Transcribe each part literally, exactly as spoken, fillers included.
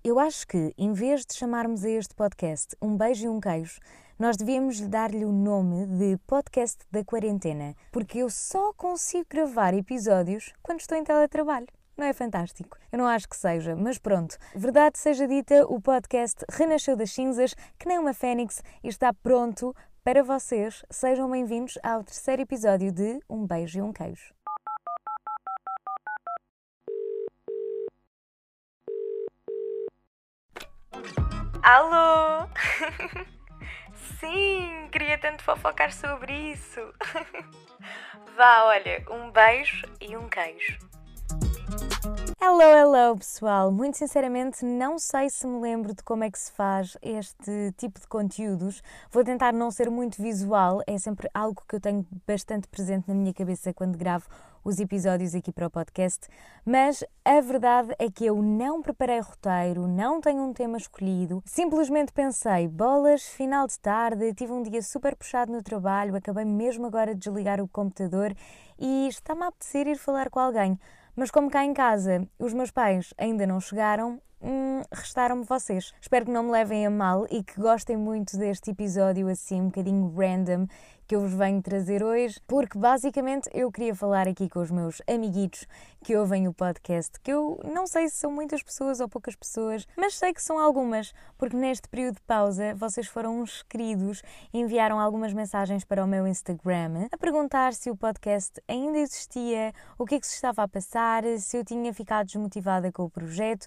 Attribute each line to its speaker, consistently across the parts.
Speaker 1: Eu acho que, em vez de chamarmos a este podcast Um Beijo e um Queijo, nós devíamos dar-lhe o nome de Podcast da Quarentena, porque eu só consigo gravar episódios quando estou em teletrabalho. Não é fantástico? Eu não acho que seja, mas pronto. Verdade seja dita, o podcast renasceu das cinzas, que nem uma fênix, e está pronto para vocês. Sejam bem-vindos ao terceiro episódio de Um Beijo e um Queijo. Alô? Sim, queria tanto fofocar sobre isso. Vá, olha, um beijo e um queijo. Hello, hello pessoal! Muito sinceramente não sei se me lembro de como é que se faz este tipo de conteúdos. Vou tentar não ser muito visual, é sempre algo que eu tenho bastante presente na minha cabeça quando gravo os episódios aqui para o podcast, mas a verdade é que eu não preparei roteiro, não tenho um tema escolhido, simplesmente pensei, bolas, final de tarde, tive um dia super puxado no trabalho, acabei mesmo agora de desligar o computador e está-me a apetecer ir falar com alguém. Mas como cá em casa os meus pais ainda não chegaram, hum, restaram-me vocês. Espero que não me levem a mal e que gostem muito deste episódio assim um bocadinho random que eu vos venho trazer hoje, porque basicamente eu queria falar aqui com os meus amiguitos que ouvem o podcast, que eu não sei se são muitas pessoas ou poucas pessoas, mas sei que são algumas, porque neste período de pausa vocês foram uns queridos e enviaram algumas mensagens para o meu Instagram a perguntar se o podcast ainda existia, o que é que se estava a passar, se eu tinha ficado desmotivada com o projeto.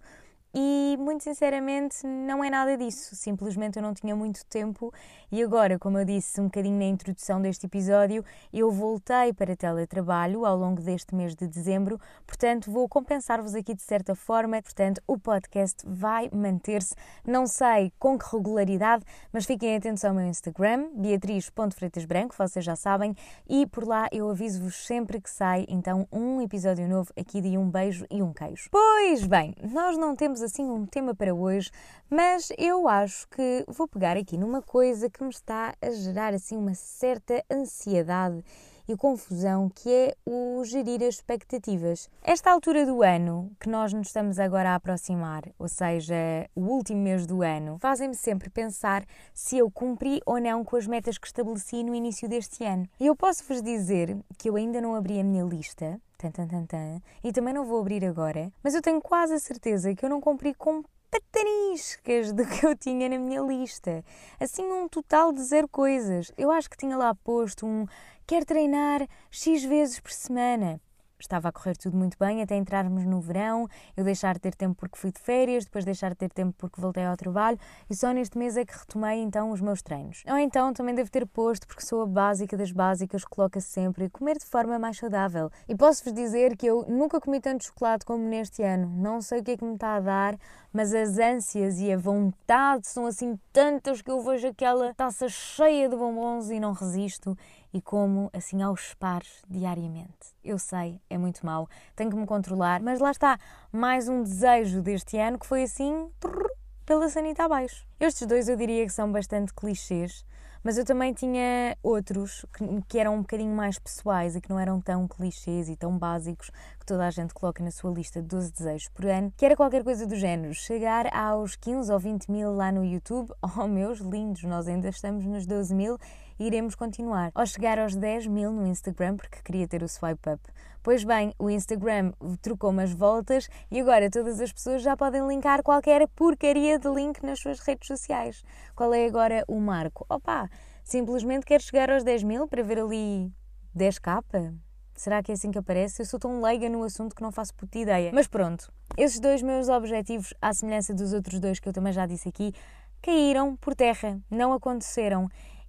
Speaker 1: E, muito sinceramente, não é nada disso. Simplesmente eu não tinha muito tempo e agora, como eu disse um bocadinho na introdução deste episódio, eu voltei para teletrabalho ao longo deste mês de dezembro, portanto vou compensar-vos aqui de certa forma, portanto o podcast vai manter-se, não sei com que regularidade, mas fiquem atentos ao meu Instagram, beatriz ponto freitas branco, vocês já sabem, e por lá eu aviso-vos sempre que sai então um episódio novo aqui de Um Beijo e um Queijo. Pois bem, nós não temos assim um tema para hoje, mas eu acho que vou pegar aqui numa coisa que me está a gerar assim uma certa ansiedade e confusão, que é o gerir as expectativas. Esta altura do ano que nós nos estamos agora a aproximar, ou seja, o último mês do ano, fazem-me sempre pensar se eu cumpri ou não com as metas que estabeleci no início deste ano. E eu posso-vos dizer que eu ainda não abri a minha lista, Tan, tan, tan, tan. E também não vou abrir agora, mas eu tenho quase a certeza que eu não cumpri com pataniscas do que eu tinha na minha lista. Assim, um total de zero coisas. Eu acho que tinha lá posto um quer treinar X vezes por semana. Estava a correr tudo muito bem até entrarmos no verão, eu deixar de ter tempo porque fui de férias, depois deixar de ter tempo porque voltei ao trabalho e só neste mês é que retomei então os meus treinos. Ou então também devo ter posto, porque sou a básica das básicas, coloca sempre comer de forma mais saudável. E posso-vos dizer que eu nunca comi tanto chocolate como neste ano. Não sei o que é que me está a dar, mas as ânsias e a vontade são assim tantas que eu vejo aquela taça cheia de bombons e não resisto. E como assim aos pares diariamente. Eu sei, é muito mau, tenho que me controlar, mas lá está, mais um desejo deste ano que foi assim, trrr, pela sanita abaixo. Estes dois eu diria que são bastante clichês, mas eu também tinha outros que, que eram um bocadinho mais pessoais e que não eram tão clichês e tão básicos que toda a gente coloca na sua lista de doze desejos por ano, que era qualquer coisa do género, chegar aos quinze ou vinte mil lá no YouTube. Oh meus lindos, nós ainda estamos nos doze mil e iremos continuar. Ou chegar aos dez mil no Instagram porque queria ter o swipe up. Pois bem, o Instagram trocou umas voltas e agora todas as pessoas já podem linkar qualquer porcaria de link nas suas redes sociais. Qual é agora o marco? Opa, simplesmente quero chegar aos dez mil para ver ali dez k? Será que é assim que aparece? Eu sou tão leiga no assunto que não faço puta ideia. Mas pronto, esses dois meus objetivos, à semelhança dos outros dois que eu também já disse aqui, caíram por terra, não aconteceram.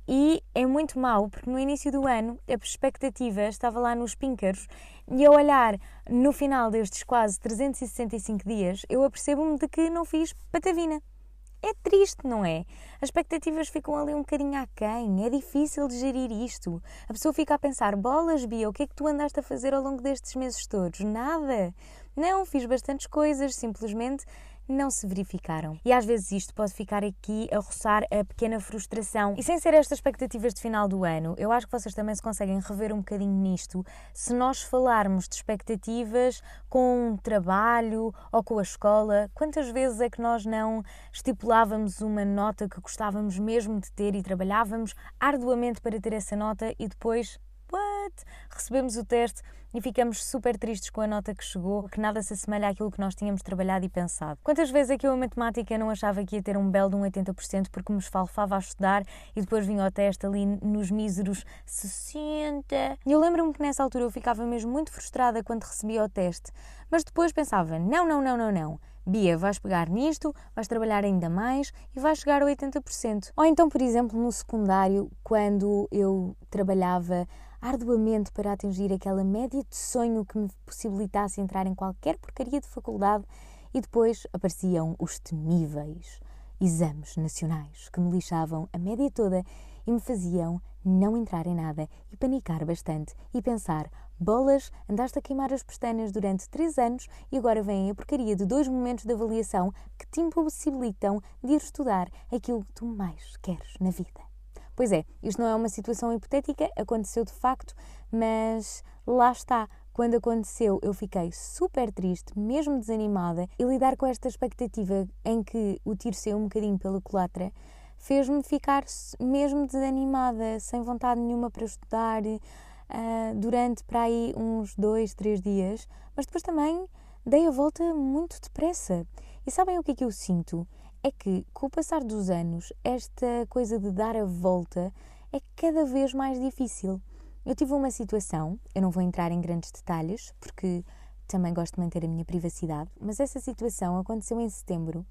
Speaker 1: E é muito mau, porque no início do ano a expectativa estava lá nos píncaros e ao olhar no final destes quase trezentos e sessenta e cinco dias, eu apercebo-me de que não fiz patavina. É triste, não é? As expectativas ficam ali um bocadinho aquém, é difícil de gerir isto. A pessoa fica a pensar, bolas Bia, o que é que tu andaste a fazer ao longo destes meses todos? Nada! Não, fiz bastantes coisas, simplesmente não se verificaram. E às vezes isto pode ficar aqui a roçar a pequena frustração. E sem ser estas expectativas de final do ano, eu acho que vocês também se conseguem rever um bocadinho nisto se nós falarmos de expectativas com um trabalho ou com a escola. Quantas vezes é que nós não estipulávamos uma nota que gostávamos mesmo de ter e trabalhávamos arduamente para ter essa nota e depois, what? Recebemos o teste e ficamos super tristes com a nota que chegou, que nada se assemelha àquilo que nós tínhamos trabalhado e pensado. Quantas vezes é que eu a matemática não achava que ia ter um belo de um oitenta por cento porque me esfalfava a estudar e depois vinha ao teste ali nos míseros sessenta. E eu lembro-me que nessa altura eu ficava mesmo muito frustrada quando recebia o teste, mas depois pensava, não, não, não, não, não. Bia, vais pegar nisto, vais trabalhar ainda mais e vais chegar a oitenta por cento. Ou então, por exemplo, no secundário, quando eu trabalhava arduamente para atingir aquela média de sonho que me possibilitasse entrar em qualquer porcaria de faculdade e depois apareciam os temíveis exames nacionais que me lixavam a média toda e me faziam não entrar em nada e panicar bastante e pensar, bolas, andaste a queimar as pestanas durante três anos e agora vem a porcaria de dois momentos de avaliação que te impossibilitam de ir estudar aquilo que tu mais queres na vida. Pois é, isto não é uma situação hipotética, aconteceu de facto, mas lá está. Quando aconteceu, eu fiquei super triste, mesmo desanimada, e lidar com esta expectativa em que o tiro saiu um bocadinho pela culatra fez-me ficar mesmo desanimada, sem vontade nenhuma para estudar, uh, durante para aí uns dois, três dias, mas depois também dei a volta muito depressa. E sabem o que é que eu sinto? É que, com o passar dos anos, esta coisa de dar a volta é cada vez mais difícil. Eu tive uma situação, eu não vou entrar em grandes detalhes, porque também gosto de manter a minha privacidade, mas essa situação aconteceu em setembro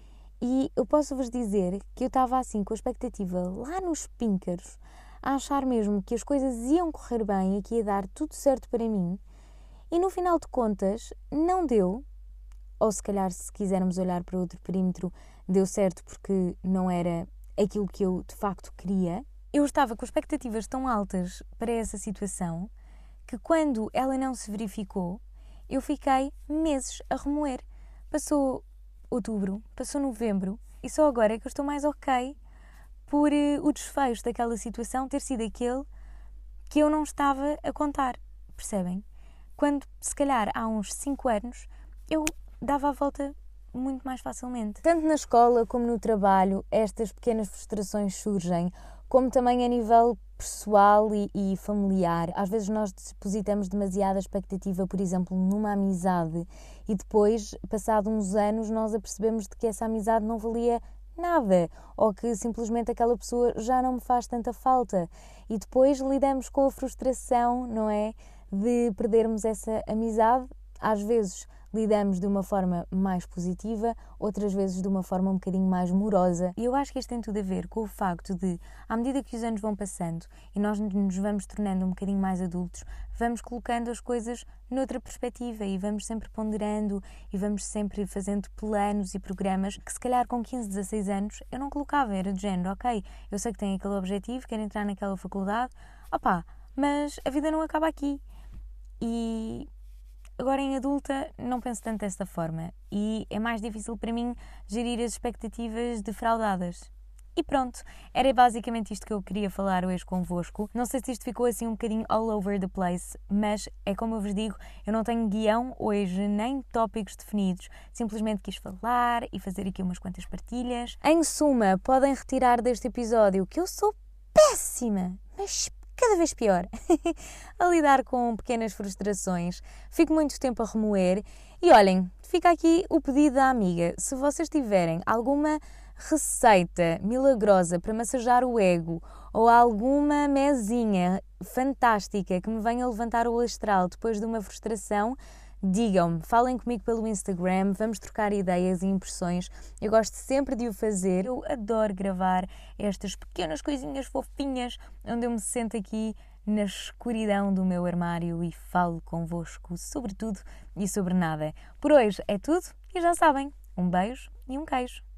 Speaker 1: e eu posso-vos dizer que eu estava assim com a expectativa lá nos píncaros, a achar mesmo que as coisas iam correr bem e que ia dar tudo certo para mim e no final de contas não deu. Ou se calhar, se quisermos olhar para outro perímetro, deu certo porque não era aquilo que eu de facto queria. Eu estava com expectativas tão altas para essa situação que quando ela não se verificou, eu fiquei meses a remoer. Passou outubro, passou novembro e só agora é que eu estou mais ok por uh, o desfecho daquela situação ter sido aquele que eu não estava a contar, percebem? Quando, se calhar, há uns cinco anos, eu dava a volta muito mais facilmente. Tanto na escola como no trabalho, estas pequenas frustrações surgem, como também a nível pessoal e, e familiar. Às vezes nós depositamos demasiada expectativa, por exemplo, numa amizade e depois, passados uns anos, nós apercebemos de que essa amizade não valia nada ou que simplesmente aquela pessoa já não me faz tanta falta. E depois lidamos com a frustração, não é? De perdermos essa amizade, às vezes lidamos de uma forma mais positiva, outras vezes de uma forma um bocadinho mais morosa. E eu acho que isto tem tudo a ver com o facto de, à medida que os anos vão passando e nós nos vamos tornando um bocadinho mais adultos, vamos colocando as coisas noutra perspectiva e vamos sempre ponderando e vamos sempre fazendo planos e programas que se calhar com quinze, dezasseis anos eu não colocava, era de género, ok, eu sei que tenho aquele objetivo, quero entrar naquela faculdade, opá, mas a vida não acaba aqui. E agora em adulta não penso tanto desta forma e é mais difícil para mim gerir as expectativas defraudadas. E pronto, era basicamente isto que eu queria falar hoje convosco. Não sei se isto ficou assim um bocadinho all over the place, mas é como eu vos digo, eu não tenho guião hoje, nem tópicos definidos. Simplesmente quis falar e fazer aqui umas quantas partilhas. Em suma, podem retirar deste episódio que eu sou péssima, mas cada vez pior, a lidar com pequenas frustrações. Fico muito tempo a remoer e olhem, fica aqui o pedido da amiga. Se vocês tiverem alguma receita milagrosa para massajar o ego ou alguma mesinha fantástica que me venha levantar o astral depois de uma frustração, digam-me, falem comigo pelo Instagram, vamos trocar ideias e impressões. Eu gosto sempre de o fazer, eu adoro gravar estas pequenas coisinhas fofinhas onde eu me sento aqui na escuridão do meu armário e falo convosco sobre tudo e sobre nada. Por hoje é tudo e já sabem, um beijo e um queijo.